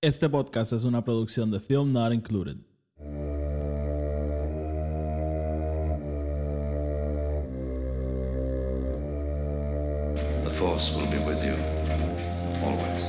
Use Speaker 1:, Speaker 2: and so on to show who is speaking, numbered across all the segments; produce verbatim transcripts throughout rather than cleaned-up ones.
Speaker 1: Este podcast es una producción de Film Not Included.
Speaker 2: The Force will be with you, always.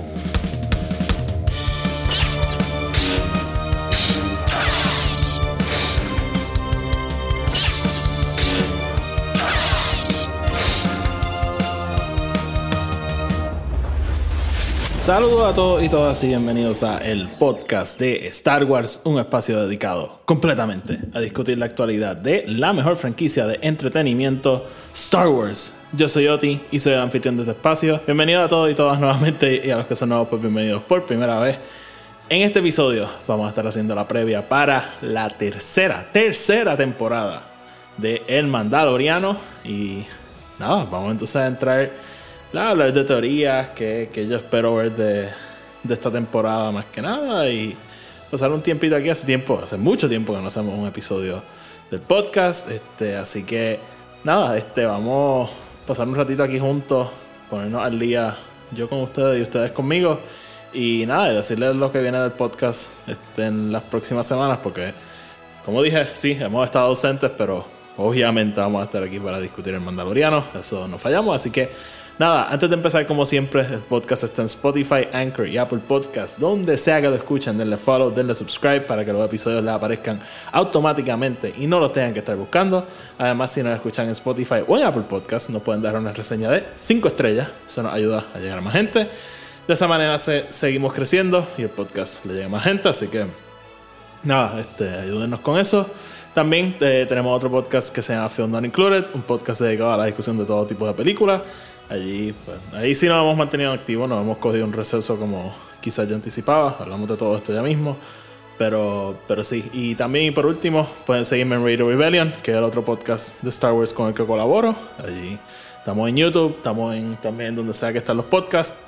Speaker 1: Saludos a todos y todas y bienvenidos a el podcast de Star Wars, un espacio dedicado completamente a discutir la actualidad de la mejor franquicia de entretenimiento, Star Wars. Yo soy Oti y soy el anfitrión de este espacio. Bienvenidos a todos y todas nuevamente, y a los que son nuevos, pues bienvenidos por primera vez. En este episodio vamos a estar haciendo la previa para la tercera, tercera temporada de El Mandaloriano. Y nada, vamos entonces a entrar a hablar de teorías que, que yo espero ver de, de esta temporada más que nada, y pasar un tiempito aquí. Hace tiempo, hace mucho tiempo que no hacemos un episodio del podcast, este, así que nada, este, vamos a pasar un ratito aquí juntos, ponernos al día, yo con ustedes y ustedes conmigo, y nada, y decirles lo que viene del podcast este, en las próximas semanas, porque como dije, sí, hemos estado ausentes, pero obviamente vamos a estar aquí para discutir el Mandaloriano, eso no fallamos. Así que nada, antes de empezar, como siempre, el podcast está en Spotify, Anchor y Apple Podcasts. Donde sea que lo escuchen, denle follow, denle subscribe para que los episodios les aparezcan automáticamente y no los tengan que estar buscando. Además, si nos escuchan en Spotify o en Apple Podcasts, nos pueden dar una reseña de cinco estrellas. Eso nos ayuda a llegar a más gente. De esa manera se, seguimos creciendo y el podcast le llega a más gente. Así que nada, este, ayúdenos con eso. También eh, tenemos otro podcast que se llama Film Not Included, un podcast dedicado a la discusión de todo tipo de películas. Allí, pues, ahí sí nos hemos mantenido activos, nos hemos cogido un receso como quizás ya anticipaba, hablamos de todo esto ya mismo, pero, pero sí. Y también, y por último, pueden seguirme en Radio Rebellion, que es el otro podcast de Star Wars con el que colaboro. Allí estamos en YouTube, estamos en, también donde sea que están los podcasts.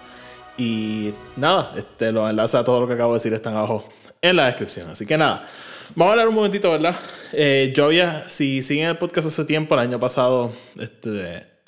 Speaker 1: Y nada, este, los enlaces a todo lo que acabo de decir están abajo en la descripción. Así que nada, vamos a hablar un momentito, ¿verdad? Eh, yo había, si siguen el podcast hace tiempo, el año pasado, este... De,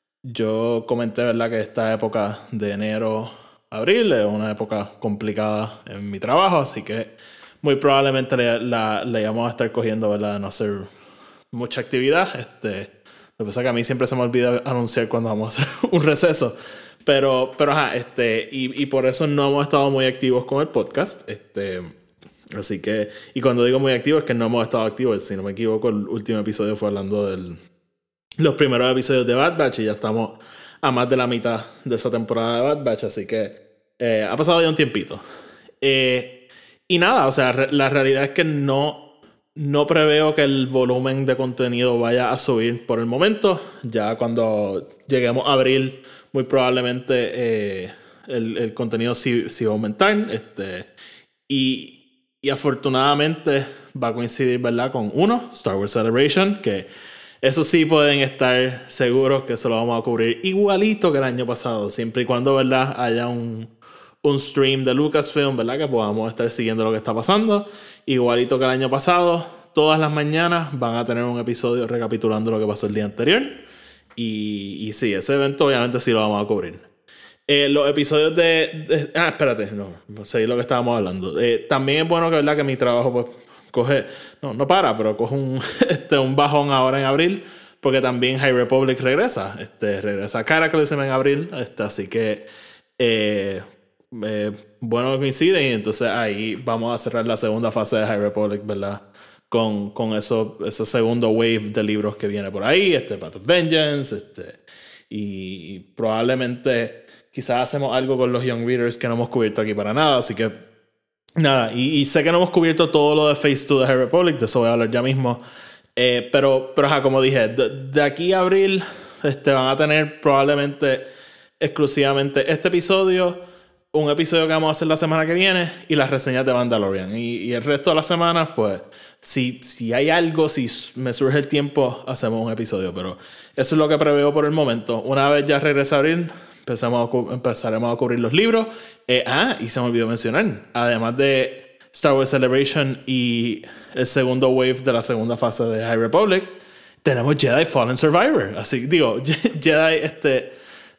Speaker 1: yo comenté, ¿verdad?, que esta época de enero a abril es una época complicada en mi trabajo, así que muy probablemente le, la, le íbamos a estar cogiendo, ¿verdad?, de no hacer mucha actividad. Este, lo que pasa es que a mí siempre se me olvida anunciar cuando vamos a hacer un receso. Pero, pero ajá, este, y, y por eso no hemos estado muy activos con el podcast. Este, así que, y cuando digo muy activos es que no hemos estado activos. Si no me equivoco, el último episodio fue hablando del... los primeros episodios de Bad Batch, y ya estamos a más de la mitad de esa temporada de Bad Batch, así que eh, ha pasado ya un tiempito. Eh, y nada, o sea, re- la realidad es que no, no preveo que el volumen de contenido vaya a subir por el momento. Ya cuando lleguemos a abril, muy probablemente eh, el, el contenido sí, sí va a aumentar. Este, y, y afortunadamente va a coincidir, ¿verdad?, con uno, Star Wars Celebration, que eso sí pueden estar seguros que eso lo vamos a cubrir igualito que el año pasado, siempre y cuando, ¿verdad?, haya un, un stream de Lucasfilm, ¿verdad?, que podamos estar siguiendo lo que está pasando. Igualito que el año pasado, todas las mañanas van a tener un episodio recapitulando lo que pasó el día anterior. Y, y sí, ese evento obviamente sí lo vamos a cubrir. Eh, los episodios de, de... Ah, espérate, no, no sé lo que estábamos hablando. Eh, también es bueno que, ¿verdad?, que mi trabajo, pues... coge, no, no para, pero coge un, este, un bajón ahora en abril, porque también High Republic regresa, este, regresa Cataclysm en abril, este, así que eh, eh, bueno que coincide, y entonces ahí vamos a cerrar la segunda fase de High Republic, ¿verdad?, con, con eso, ese segundo wave de libros que viene por ahí, este Path of Vengeance, este, y, y probablemente quizás hacemos algo con los Young Readers que no hemos cubierto aquí para nada, así que nada, y, y sé que no hemos cubierto todo lo de Phase dos de High Republic, de eso voy a hablar ya mismo. Eh, pero, pero ajá, como dije, de, de aquí a abril este, van a tener probablemente exclusivamente este episodio, un episodio que vamos a hacer la semana que viene y las reseñas de Mandalorian. Y, y el resto de las semanas, pues, si, si hay algo, si me surge el tiempo, hacemos un episodio. Pero eso es lo que preveo por el momento. Una vez ya regrese a abril, Empezamos a cu- empezaremos a cubrir los libros. Eh, ah, y se me olvidó mencionar, además de Star Wars Celebration y el segundo wave de la segunda fase de High Republic, tenemos Jedi Fallen Survivor. Así digo, Jedi, este,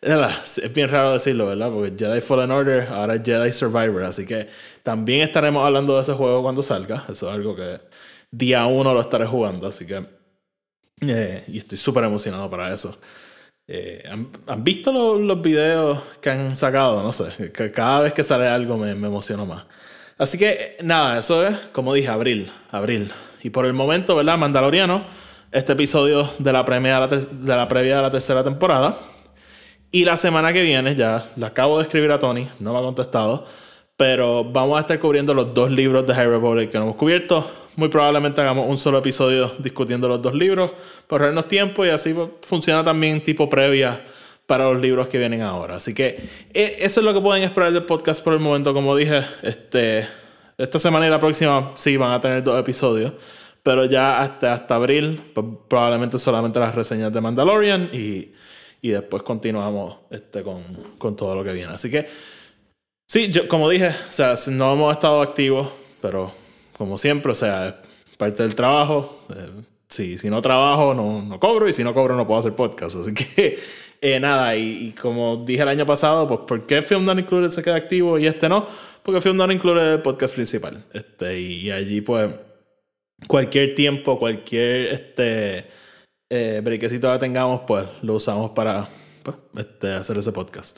Speaker 1: Es bien raro decirlo, ¿verdad? Porque Jedi Fallen Order ahora es Jedi Survivor. Así que también estaremos hablando de ese juego cuando salga. Eso es algo que día uno lo estaré jugando. Así que... Eh, y estoy súper emocionado para eso. Eh, ¿han, ¿Han visto lo, los videos que han sacado? No sé. Que cada vez que sale algo me, me emociono más. Así que nada, eso es, como dije, abril. Abril. Y por el momento, ¿verdad? Mandaloriano. Este episodio de la, premia de, la ter- de la previa de la tercera temporada. Y la semana que viene, ya le acabo de escribir a Tony, no me ha contestado, pero vamos a estar cubriendo los dos libros de High Republic que no hemos cubierto. Muy probablemente hagamos un solo episodio discutiendo los dos libros, por ahorrarnos tiempo, y así funciona también tipo previa para los libros que vienen ahora. Así que eso es lo que pueden esperar del podcast por el momento. Como dije, este, esta semana y la próxima sí van a tener dos episodios, pero ya hasta, hasta abril pues, probablemente solamente las reseñas de Mandalorian y... Y después continuamos este, con, con todo lo que viene. Así que, sí, yo, como dije, o sea, no hemos estado activos, pero como siempre, o sea, es parte del trabajo. Eh, sí, si no trabajo, no, no cobro. Y si no cobro, no puedo hacer podcast. Así que, eh, nada, y, y como dije el año pasado, pues, ¿por qué Film Not Included se queda activo y este no? Porque Film Not Included es el podcast principal. Este, y, y allí, pues, cualquier tiempo, cualquier... este Eh, brequecito que tengamos, pues lo usamos para pues, este, hacer ese podcast.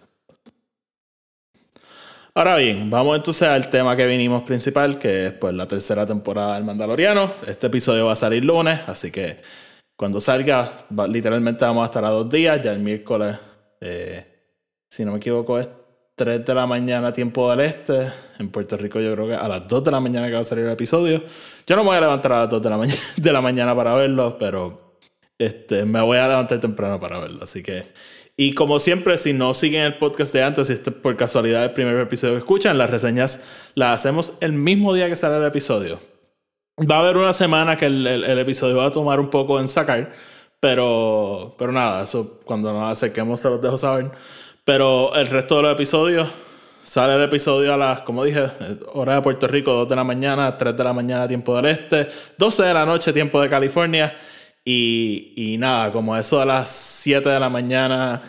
Speaker 1: Ahora bien, vamos entonces al tema que vinimos principal, que es pues la tercera temporada del Mandaloriano. Este episodio va a salir lunes, así que cuando salga, va, literalmente vamos a estar a dos días. Ya el miércoles, eh, si no me equivoco, es tres de la mañana tiempo del este. En Puerto Rico yo creo que a las dos de la mañana que va a salir el episodio. Yo no me voy a levantar a las dos de la, ma- de la mañana para verlo, pero... Este, me voy a levantar temprano para verlo, así que... Y como siempre, si no siguen el podcast de antes, si este por casualidad el primer episodio que escuchan, las reseñas las hacemos el mismo día que sale el episodio. Va a haber una semana que el, el, el episodio va a tomar un poco en sacar, pero, pero nada, eso cuando nos acerquemos se los dejo saber. Pero el resto de los episodios, sale el episodio a las, como dije, hora de Puerto Rico, dos de la mañana, tres de la mañana, tiempo del este, doce de la noche, tiempo de California. Y, y nada, como eso a las siete de la mañana,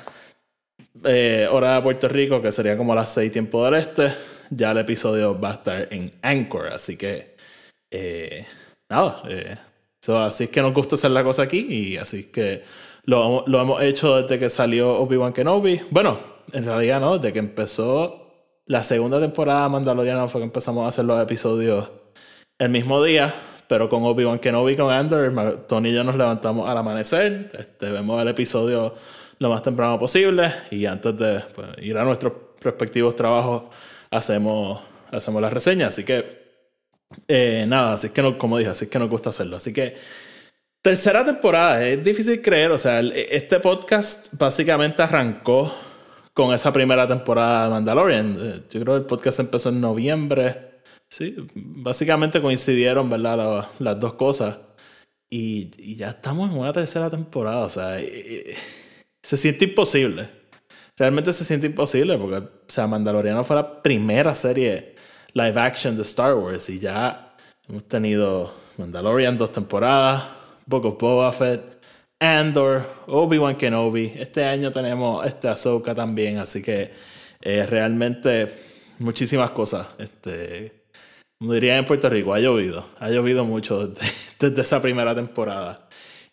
Speaker 1: eh, hora de Puerto Rico, que sería como a las seis tiempo del este, ya el episodio va a estar en Anchor. Así que, eh, nada, eh, so, así es que nos gusta hacer la cosa aquí y así es que lo, lo hemos hecho desde que salió Obi-Wan Kenobi. Bueno, en realidad no, desde que empezó la segunda temporada de Mandaloriano fue que empezamos a hacer los episodios el mismo día. Pero con Obi-Wan Kenobi, con Andor, Tony y yo nos levantamos al amanecer. Este, vemos el episodio lo más temprano posible. Y antes de pues, ir a nuestros respectivos trabajos, hacemos, hacemos las reseñas. Así que, eh, nada, así es que no, como dije, así es que nos gusta hacerlo. Así que, tercera temporada, es difícil creer. O sea, el, este podcast básicamente arrancó con esa primera temporada de Mandalorian. Yo creo que el podcast empezó en noviembre. Sí, básicamente coincidieron, ¿verdad? La, las dos cosas. Y, y ya estamos en una tercera temporada. O sea, y, y, se siente imposible. Realmente se siente imposible porque, o sea, Mandaloriano fue la primera serie live action de Star Wars. Y ya hemos tenido Mandalorian dos temporadas, Book of Boba Fett, Andor, Obi-Wan Kenobi. Este año tenemos este Ahsoka también. Así que eh, realmente muchísimas cosas. Este... Como diría en Puerto Rico, ha llovido. Ha llovido mucho desde, desde esa primera temporada.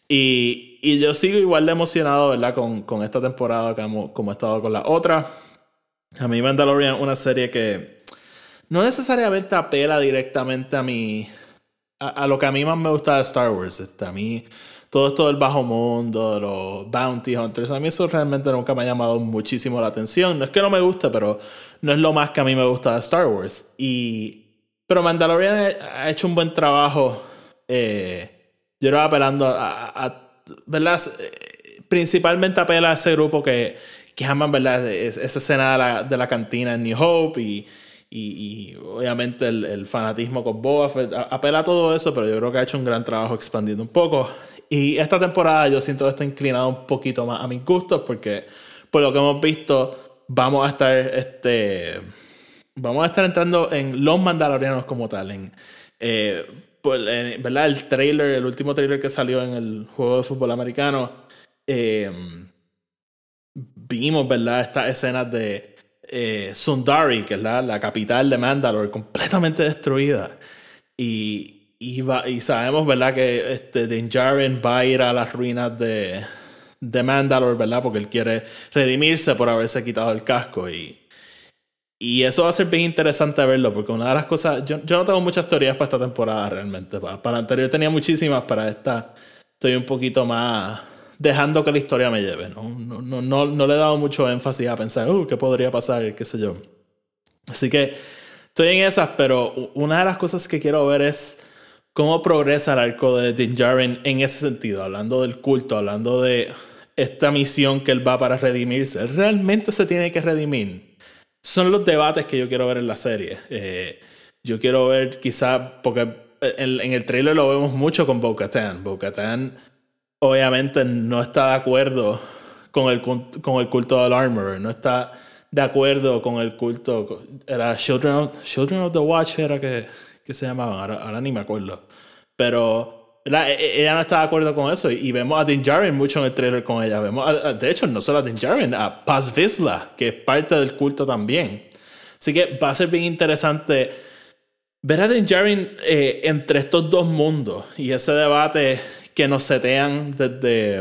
Speaker 1: Y, y yo sigo igual de emocionado, ¿verdad? Con, con esta temporada como, como he estado con la otra. A mí Mandalorian es una serie que no necesariamente apela directamente a mi... A, a lo que a mí más me gusta de Star Wars. Este, a mí todo esto del bajo mundo, los bounty hunters, a mí eso realmente nunca me ha llamado muchísimo la atención. No es que no me guste, pero no es lo más que a mí me gusta de Star Wars. Y... Pero Mandalorian ha hecho un buen trabajo, eh, yo creo, apelando a, a, a, ¿verdad? Principalmente apela a ese grupo que, que aman, ¿verdad? Esa escena de la, de la cantina en New Hope y, y, y obviamente el, el fanatismo con Boba Fett. Apela a todo eso, pero yo creo que ha hecho un gran trabajo expandiendo un poco. Y esta temporada yo siento que está inclinada un poquito más a mis gustos porque por lo que hemos visto vamos a estar... este Vamos a estar entrando en los Mandalorianos como tal. En, eh, pues, en, ¿verdad? El trailer, el último trailer que salió en el juego de fútbol americano, eh, vimos, ¿verdad? Estas escenas de eh, Sundari, que es la, la capital de Mandalore, completamente destruida. Y, y, va, y sabemos, ¿verdad? Que este, Din Djarin va a ir a las ruinas de, de Mandalore, ¿verdad? Porque él quiere redimirse por haberse quitado el casco. Y, y eso va a ser bien interesante verlo, porque una de las cosas... Yo, yo no tengo muchas teorías para esta temporada realmente. Para, para la anterior tenía muchísimas, para esta estoy un poquito más dejando que la historia me lleve. No, no, no, no, no le he dado mucho énfasis a pensar, uh, ¿qué podría pasar? ¿Qué sé yo? Así que estoy en esas, pero una de las cosas que quiero ver es cómo progresa el arco de Din Djarin en ese sentido, hablando del culto, hablando de esta misión que él va para redimirse. ¿Él realmente se tiene que redimir? Son los debates que yo quiero ver en la serie. Eh, yo quiero ver quizás, porque en, en el trailer lo vemos mucho con Bo-Katan. Bo-Katan obviamente no está de acuerdo con el, con el culto del Armorer, no está de acuerdo con el culto, era Children of, Children of the Watch era que, que se llamaban, ahora, ahora ni me acuerdo, pero ¿verdad? Ella no está de acuerdo con eso, y, y vemos a Din Djarin mucho en el trailer con ella, vemos a, a, de hecho no solo a Din Djarin, a Paz Vizsla, que es parte del culto también. Así que va a ser bien interesante ver a Din Djarin eh, entre estos dos mundos y ese debate que nos setean desde...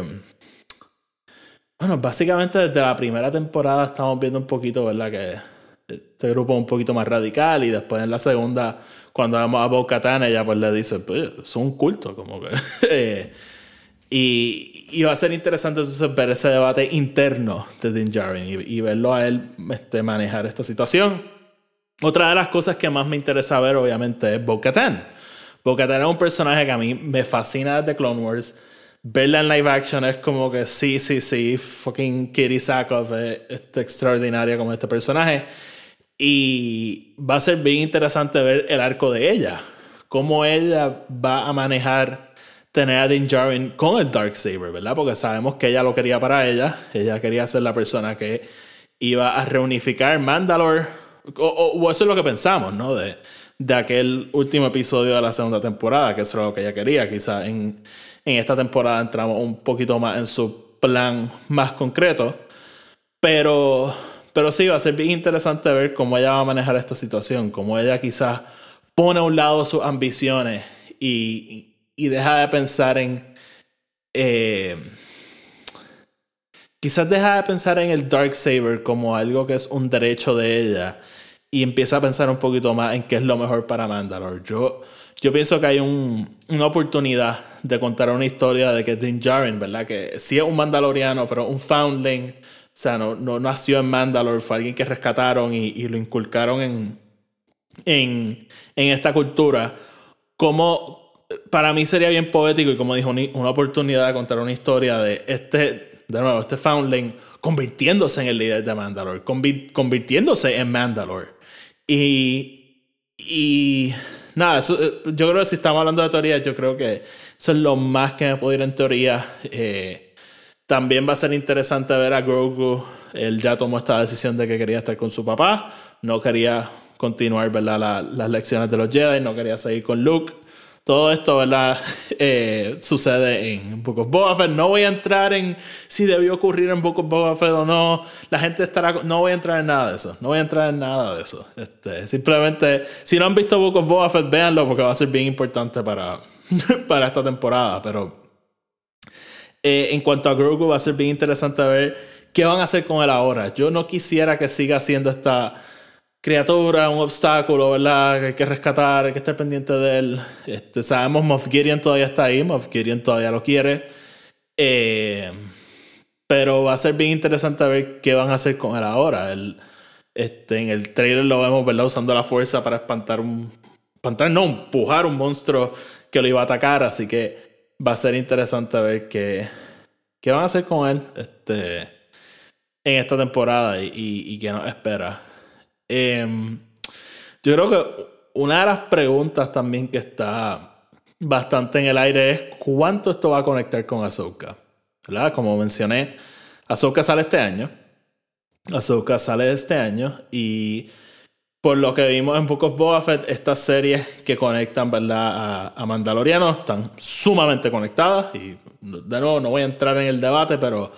Speaker 1: Bueno, básicamente desde la primera temporada estamos viendo un poquito, ¿verdad? Que este grupo es un poquito más radical, y después en la segunda, cuando vemos a Bo-Katan, ella pues le dice, pues, es un culto, como que... eh, y, y va a ser interesante entonces ver ese debate interno de Din Djarin y, y verlo a él este, manejar esta situación. Otra de las cosas que más me interesa ver, obviamente, es Bo-Katan. Bo-Katan es un personaje que a mí me fascina desde Clone Wars. Verla en live action es como que sí, sí, sí, fucking Kitty Sackhoff es, es extraordinaria como este personaje. Y va a ser bien interesante ver el arco de ella. Cómo ella va a manejar tener a Din Djarin con el Darksaber, ¿verdad? Porque sabemos que ella lo quería para ella. Ella quería ser la persona que iba a reunificar Mandalore. O, o, o eso es lo que pensamos, ¿no? De... de aquel último episodio de la segunda temporada, que eso era lo que ella quería. Quizás en, en esta temporada entramos un poquito más en su plan más concreto, pero, pero sí, va a ser bien interesante ver cómo ella va a manejar esta situación, cómo ella quizás pone a un lado sus ambiciones y, y, y deja de pensar en eh, quizás deja de pensar en el Darksaber como algo que es un derecho de ella, y empieza a pensar un poquito más en qué es lo mejor para Mandalore. Yo, yo pienso que hay un, una oportunidad de contar una historia de que Din Djarin, ¿verdad? Que sí es un mandaloriano, pero un foundling. O sea, no, no nació en Mandalore, fue alguien que rescataron y, y lo inculcaron en, en, en esta cultura. Como para mí sería bien poético y, como dijo, una oportunidad de contar una historia de este, de nuevo, este foundling convirtiéndose en el líder de Mandalore, convi- convirtiéndose en Mandalore. Y, y nada, eso, yo creo que si estamos hablando de teoría, yo creo que eso es lo más que me puedo ir en teoría. Eh, también va a ser interesante ver a Grogu. Él ya tomó esta decisión de que quería estar con su papá, no quería continuar, ¿verdad? La, las lecciones de los Jedi, no quería seguir con Luke. Todo esto, ¿verdad? Eh, sucede en Book of Boba Fett. No voy a entrar en si debió ocurrir en Book of Boba Fett o no. La gente estará... No voy a entrar en nada de eso. No voy a entrar en nada de eso. Este, simplemente, si no han visto Book of Boba Fett, véanlo, porque va a ser bien importante para, para esta temporada. Pero eh, en cuanto a Grogu, va a ser bien interesante ver qué van a hacer con él ahora. Yo no quisiera que siga siendo esta criatura, un obstáculo, ¿verdad? Que hay que rescatar, hay que estar pendiente de él. Este, sabemos Moff Gideon todavía está ahí, Moff Gideon todavía lo quiere. Eh, pero va a ser bien interesante ver qué van a hacer con él ahora. El, este, en el trailer lo vemos, ¿verdad? Usando la fuerza para espantar un... Espantar, no, empujar un monstruo que lo iba a atacar. Así que va a ser interesante ver qué, qué van a hacer con él este, en esta temporada y, y, y qué nos espera. Eh, yo creo que una de las preguntas también que está bastante en el aire es cuánto esto va a conectar con Ahsoka, ¿verdad? Como mencioné, Ahsoka sale este año. Ahsoka sale este año y por lo que vimos en Book of Boba Fett, estas series que conectan, ¿verdad? a, a Mandalorianos están sumamente conectadas y de nuevo no voy a entrar en el debate, pero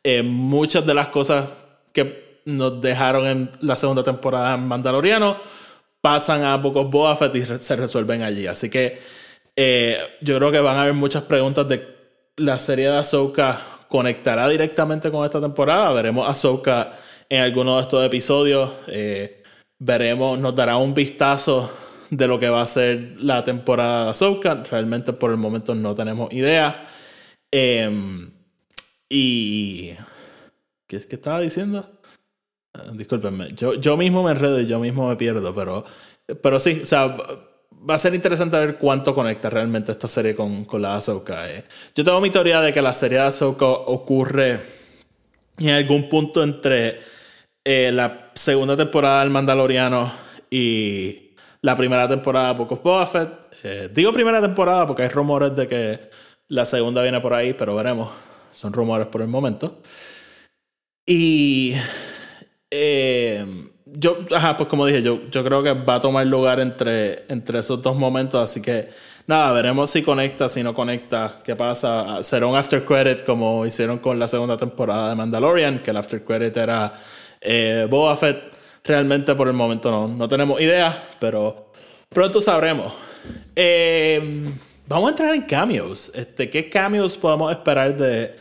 Speaker 1: Eh, muchas de las cosas que nos dejaron en la segunda temporada en Mandaloriano pasan a Book of Boba Fett y se resuelven allí. Así que eh, yo creo que van a haber muchas preguntas de la serie de Ahsoka conectará directamente con esta temporada. Veremos a Ahsoka en alguno de estos episodios. Eh, veremos, nos dará un vistazo de lo que va a ser la temporada de Ahsoka. Realmente por el momento no tenemos idea. Eh, y... ¿Qué es que estaba diciendo? Uh, discúlpenme. Yo, yo mismo me enredo y yo mismo me pierdo, pero, pero sí, o sea, va a ser interesante ver cuánto conecta realmente esta serie con, con la de Ahsoka. Eh. Yo tengo mi teoría de que la serie de Ahsoka ocurre en algún punto entre eh, la segunda temporada del Mandaloriano y la primera temporada de Book of Boba Fett. Eh, digo primera temporada porque hay rumores de que la segunda viene por ahí, pero veremos. Son rumores por el momento. Y eh, yo, ajá, pues como dije, yo, yo creo que va a tomar lugar entre, entre esos dos momentos. Así que nada, veremos si conecta, si no conecta, qué pasa. Será un after credit como hicieron con la segunda temporada de Mandalorian, que el after credit era eh, Boba Fett. Realmente por el momento no, no tenemos idea, pero pronto sabremos. Eh, vamos a entrar en cameos. Este, ¿Qué cameos podemos esperar de,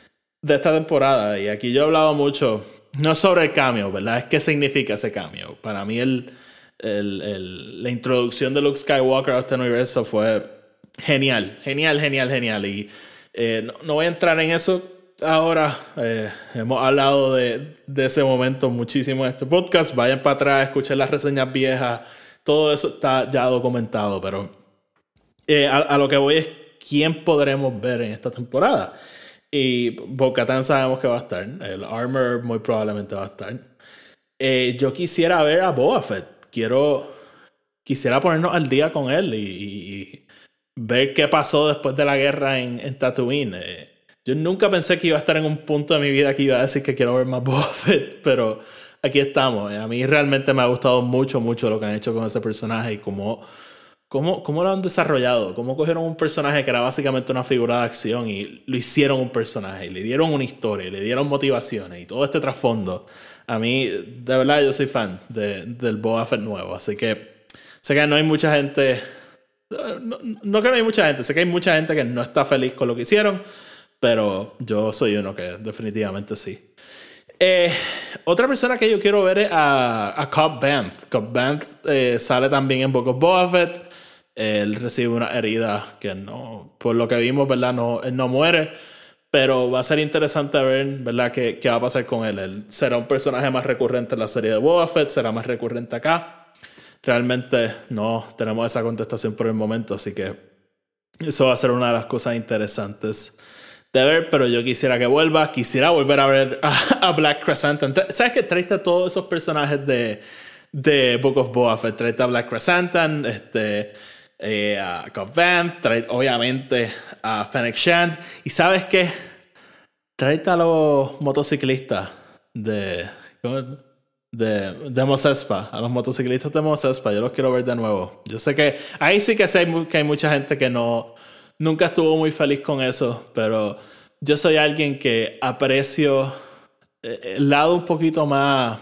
Speaker 1: de esta temporada? Y aquí yo he hablado mucho, no sobre el cameo, ¿verdad? Es qué significa ese cameo. Para mí el, el, el, la introducción de Luke Skywalker a este universo fue genial, genial, genial, genial. Y eh, no, no voy a entrar en eso ahora. Eh, hemos hablado de, de ese momento muchísimo en este podcast. Vayan para atrás, escuchen las reseñas viejas. Todo eso está ya documentado, pero eh, a, a lo que voy es quién podremos ver en esta temporada. Y Bo-Katan sabemos que va a estar. El Armor muy probablemente va a estar. Eh, yo quisiera ver a Boba Fett. Quiero, quisiera ponernos al día con él y, y, y ver qué pasó después de la guerra en, en Tatooine. Eh, yo nunca pensé que iba a estar en un punto de mi vida que iba a decir que quiero ver más Boba Fett, pero aquí estamos. A mí realmente me ha gustado mucho, mucho lo que han hecho con ese personaje y cómo, cómo, cómo lo han desarrollado. Cómo cogieron un personaje que era básicamente una figura de acción y lo hicieron un personaje. Y le dieron una historia, y le dieron motivaciones y todo este trasfondo. A mí, de verdad, yo soy fan de, del Boba Fett nuevo. Así que sé que no hay mucha gente... No, no que no hay mucha gente. Sé que hay mucha gente que no está feliz con lo que hicieron. Pero yo soy uno que definitivamente sí. Eh, otra persona que yo quiero ver es a, a Cobb Vanth. Cobb Vanth eh, sale también en Book of Boba Fett. Él recibe una herida que no, por lo que vimos, ¿verdad? No, él no muere. Pero va a ser interesante ver, ¿verdad? ¿Qué, qué va a pasar con él? Él será un personaje más recurrente en la serie de Boba Fett. Será más recurrente acá. Realmente no tenemos esa contestación por el momento. Así que eso va a ser una de las cosas interesantes de ver, pero yo quisiera que vuelva. Quisiera volver a ver a, a Black Krrsantan. ¿Sabes qué? Traiste a todos esos personajes de, de Book of Boba Fett. Traiste a Black Krrsantan, este, eh, a Cobb Vanth, traiste obviamente a Fennec Shand. ¿Y sabes qué? Traiste a los motociclistas de, de, de Mos Espa. A los motociclistas de Mos Espa. Yo los quiero ver de nuevo. Yo sé que ahí sí que sé que hay mucha gente que no... Nunca estuvo muy feliz con eso, pero yo soy alguien que aprecio el lado un poquito más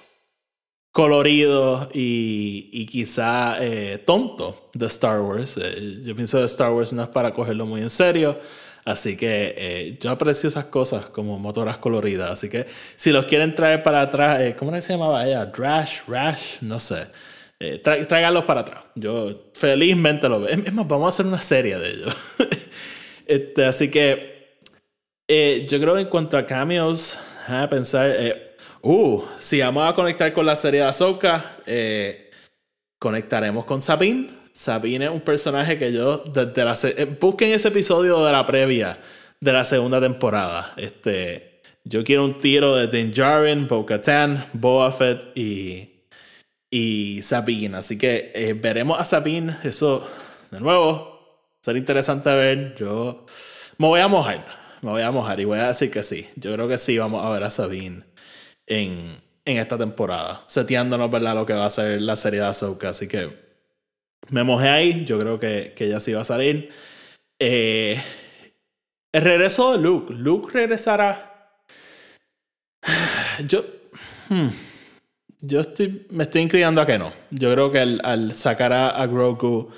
Speaker 1: colorido y, y quizá eh, tonto de Star Wars. Eh, yo pienso que Star Wars no es para cogerlo muy en serio, así que eh, yo aprecio esas cosas como motoras coloridas. Así que si los quieren traer para atrás, eh, ¿cómo se llamaba ella? Drash, Rash, no sé. Eh, tra- tráiganlos para atrás. Yo felizmente lo veo. Es más, vamos a hacer una serie de ellos. este, así que eh, yo creo que en cuanto a cameos, a pensar, eh, uh, si vamos a conectar con la serie de Ahsoka, eh, conectaremos con Sabine. Sabine es un personaje que yo desde la se- eh, busquen ese episodio de la previa de la segunda temporada. Este, yo quiero un tiro de Din Djarin, Bo-Katan, Boba Fett y y Sabine, así que eh, veremos a Sabine. Eso, de nuevo, será interesante ver. Yo me voy a mojar, me voy a mojar y voy a decir que sí. Yo creo que sí vamos a ver a Sabine en, en esta temporada, seteándonos, ¿verdad?, lo que va a ser la serie de Ahsoka. Así que me mojé ahí. Yo creo que, que ella sí va a salir. Eh, el regreso de Luke. Luke regresará. Yo... Hmm, yo estoy, me estoy inclinando a que no. Yo creo que al, al sacar a, a Grogu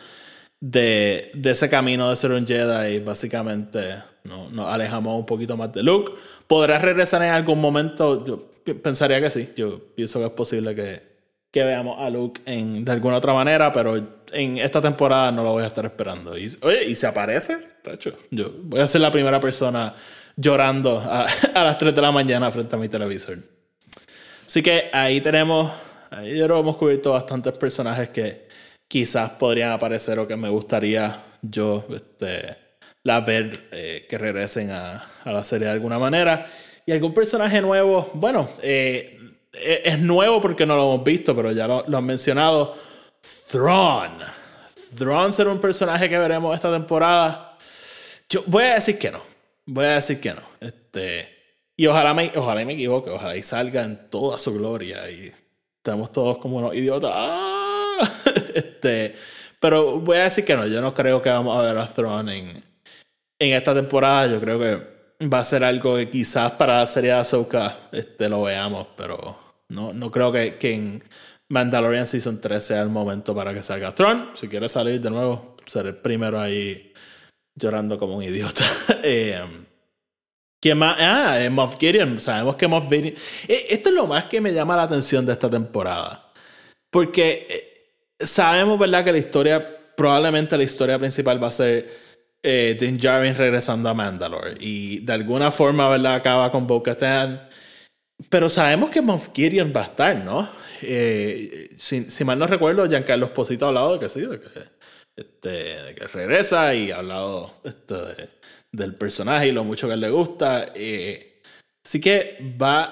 Speaker 1: de, de ese camino de ser un Jedi, básicamente no, nos alejamos un poquito más de Luke. ¿Podrá regresar en algún momento? Yo pensaría que sí. Yo pienso que es posible que, que veamos a Luke en, de alguna otra manera, pero en esta temporada no lo voy a estar esperando. Y, oye, ¿y se aparece? Tacho, yo voy a ser la primera persona llorando a, a las tres de la mañana frente a mi televisor. Así que ahí tenemos, ahí yo creo que hemos cubierto bastantes personajes que quizás podrían aparecer o que me gustaría yo este, la ver eh, que regresen a, a la serie de alguna manera. Y algún personaje nuevo, bueno, eh, es nuevo porque no lo hemos visto, pero ya lo, lo han mencionado. Thrawn. Thrawn será un personaje que veremos esta temporada. Yo voy a decir que no. Voy a decir que no. Este... Y ojalá me, ojalá me equivoque, ojalá y salga en toda su gloria y estemos todos como unos idiotas. ¡Ah! Este, pero voy a decir que no, yo no creo que vamos a ver a Thrawn en, en esta temporada. Yo creo que va a ser algo que quizás para la serie de Ahsoka este, lo veamos, pero no, no creo que, que en Mandalorian Season tres sea el momento para que salga Thrawn. Si quiere salir de nuevo, seré el primero ahí llorando como un idiota. eh, ¿Quién más? Ah, eh, Moff Gideon. Sabemos que Moff Gideon... Eh, esto es lo más que me llama la atención de esta temporada. Porque eh, sabemos, ¿verdad? Que la historia... Probablemente la historia principal va a ser eh, Din Djarin regresando a Mandalore. Y de alguna forma, ¿verdad? Acaba con Bo-Katan. Pero sabemos que Moff Gideon va a estar, ¿no? Eh, si, si mal no recuerdo, Giancarlo Esposito ha hablado de que sí, de que, este, de que regresa y ha hablado este, de, del personaje y lo mucho que le gusta. Eh, así que va...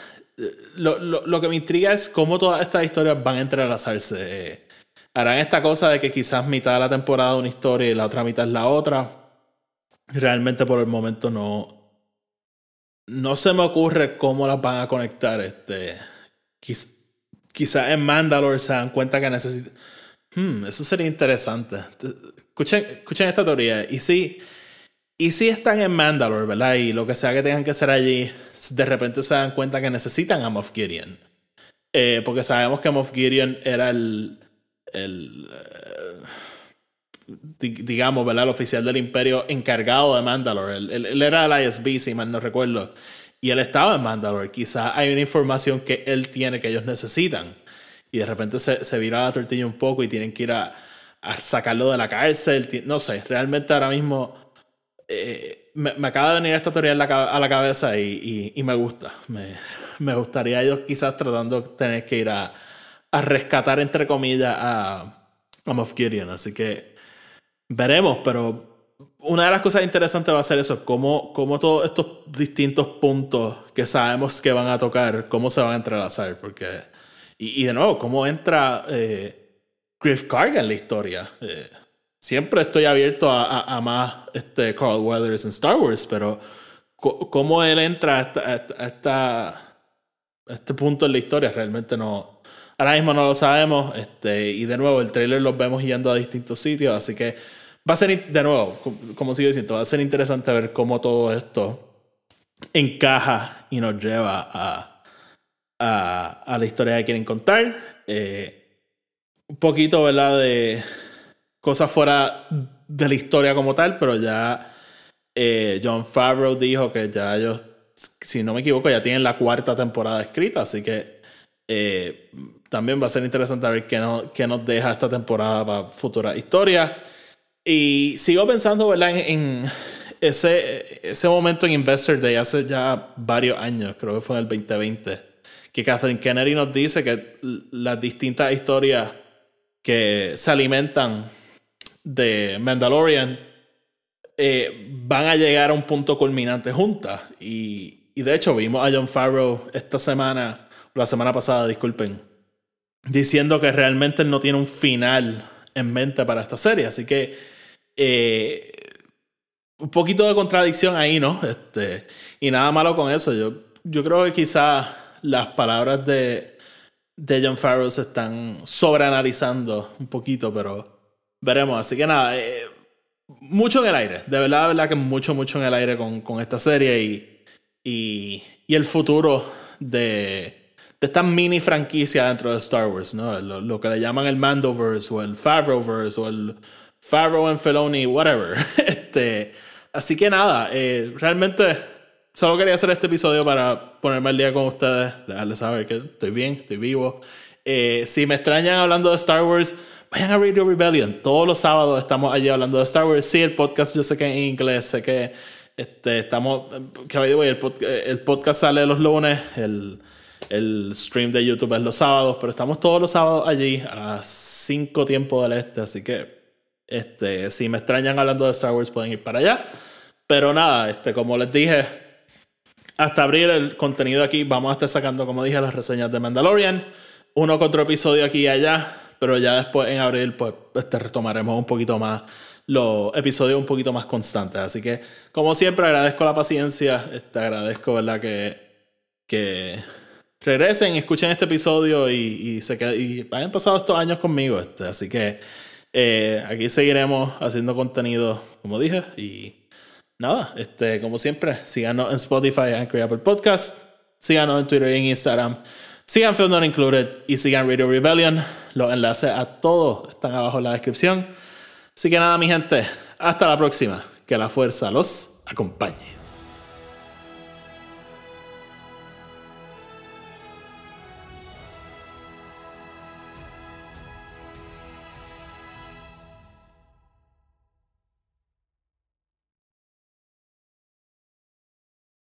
Speaker 1: Lo, lo, lo que me intriga es cómo todas estas historias van a entrelazarse. Eh, harán esta cosa de que quizás mitad de la temporada una historia y la otra mitad es la otra. Realmente por el momento no... No se me ocurre cómo las van a conectar. Este, quiz, quizás en Mandalore se dan cuenta que necesitan... Hmm, eso sería interesante. Escuchen, escuchen esta teoría. Y si, y si están en Mandalore, ¿verdad? Y lo que sea que tengan que hacer allí, de repente se dan cuenta que necesitan a Moff Gideon. Eh, porque sabemos que Moff Gideon era el... el uh, digamos, ¿verdad? El oficial del Imperio encargado de Mandalore. Él, él, él era el I S B, si mal no recuerdo. Y él estaba en Mandalore. Quizás hay una información que él tiene que ellos necesitan. Y de repente se, se vira la tortilla un poco y tienen que ir a, a sacarlo de la cárcel. No sé, realmente ahora mismo eh, me, me acaba de venir esta teoría en la, a la cabeza y, y, y me gusta. Me, me gustaría ellos quizás tratando de tener que ir a, a rescatar, entre comillas, a, a Moff Gideon. Así que veremos, pero una de las cosas interesantes va a ser eso, cómo, cómo todos estos distintos puntos que sabemos que van a tocar, cómo se van a entrelazar, porque y, y de nuevo, cómo entra eh, Griff Karga en la historia. Eh, siempre estoy abierto a, a, a más este, Carl Weathers en Star Wars, pero co- cómo él entra a, esta, a, esta, a este punto en la historia realmente no... Ahora mismo no lo sabemos, este, y de nuevo el trailer los vemos yendo a distintos sitios, así que va a ser, de nuevo, como sigo diciendo, va a ser interesante ver cómo todo esto encaja y nos lleva a, a, a la historia que quieren contar. Eh, un poquito, ¿verdad?, de cosas fuera de la historia como tal, pero ya eh, Jon Favreau dijo que ya ellos, si no me equivoco, ya tienen la cuarta temporada escrita, así que eh, también va a ser interesante ver qué, no, qué nos deja esta temporada para futuras historias. Y sigo pensando, ¿verdad?, en, en ese, ese momento en Investor Day hace ya varios años, creo que fue en el veinte veinte, que Kathleen Kennedy nos dice que las distintas historias que se alimentan de Mandalorian eh, van a llegar a un punto culminante juntas. Y, y de hecho vimos a Jon Favreau esta semana, la semana pasada, disculpen, diciendo que realmente él no tiene un final en mente para esta serie. Así que eh, un poquito de contradicción ahí, ¿no? Este, y nada malo con eso. Yo, yo creo que quizás las palabras de, de Jon Favreau se están sobreanalizando un poquito, pero veremos. Así que nada, eh, mucho en el aire. De verdad, de verdad que mucho, mucho en el aire con, con esta serie y, y, y el futuro de, de esta mini franquicia dentro de Star Wars, ¿no? Lo, lo que le llaman el Mandoverse o el Favreauverse o el Favreau and Filoni, whatever. este, así que nada, eh, realmente solo quería hacer este episodio para ponerme al día con ustedes, dejarles saber que estoy bien, estoy vivo. Eh, si me extrañan hablando de Star Wars, vayan a Radio Rebellion. Todos los sábados estamos allí hablando de Star Wars. Sí, el podcast yo sé que en inglés, sé que este, estamos... Que el, pod, el podcast sale los lunes, el, el stream de YouTube es los sábados, pero estamos todos los sábados allí a las cinco tiempo del este, así que este, si me extrañan hablando de Star Wars pueden ir para allá. Pero nada, este, como les dije, hasta abrir el contenido aquí vamos a estar sacando, como dije, las reseñas de Mandalorian. Uno que otro episodio aquí y allá, pero ya después en abril pues este, retomaremos un poquito más los episodios un poquito más constantes. Así que, como siempre, agradezco la paciencia. Este, agradezco, ¿verdad? Que, que regresen y escuchen este episodio y, y, se qued- y hayan pasado estos años conmigo. Este, así que eh, aquí seguiremos haciendo contenido, como dije. Y nada, este, como siempre, síganos en Spotify, Anchor y Apple Podcast. Síganos en Twitter y en Instagram. Sigan Film Not Included y sigan Radio Rebellion. Los enlaces a todos están abajo en la descripción. Así que nada, mi gente, hasta la próxima. Que la fuerza los acompañe.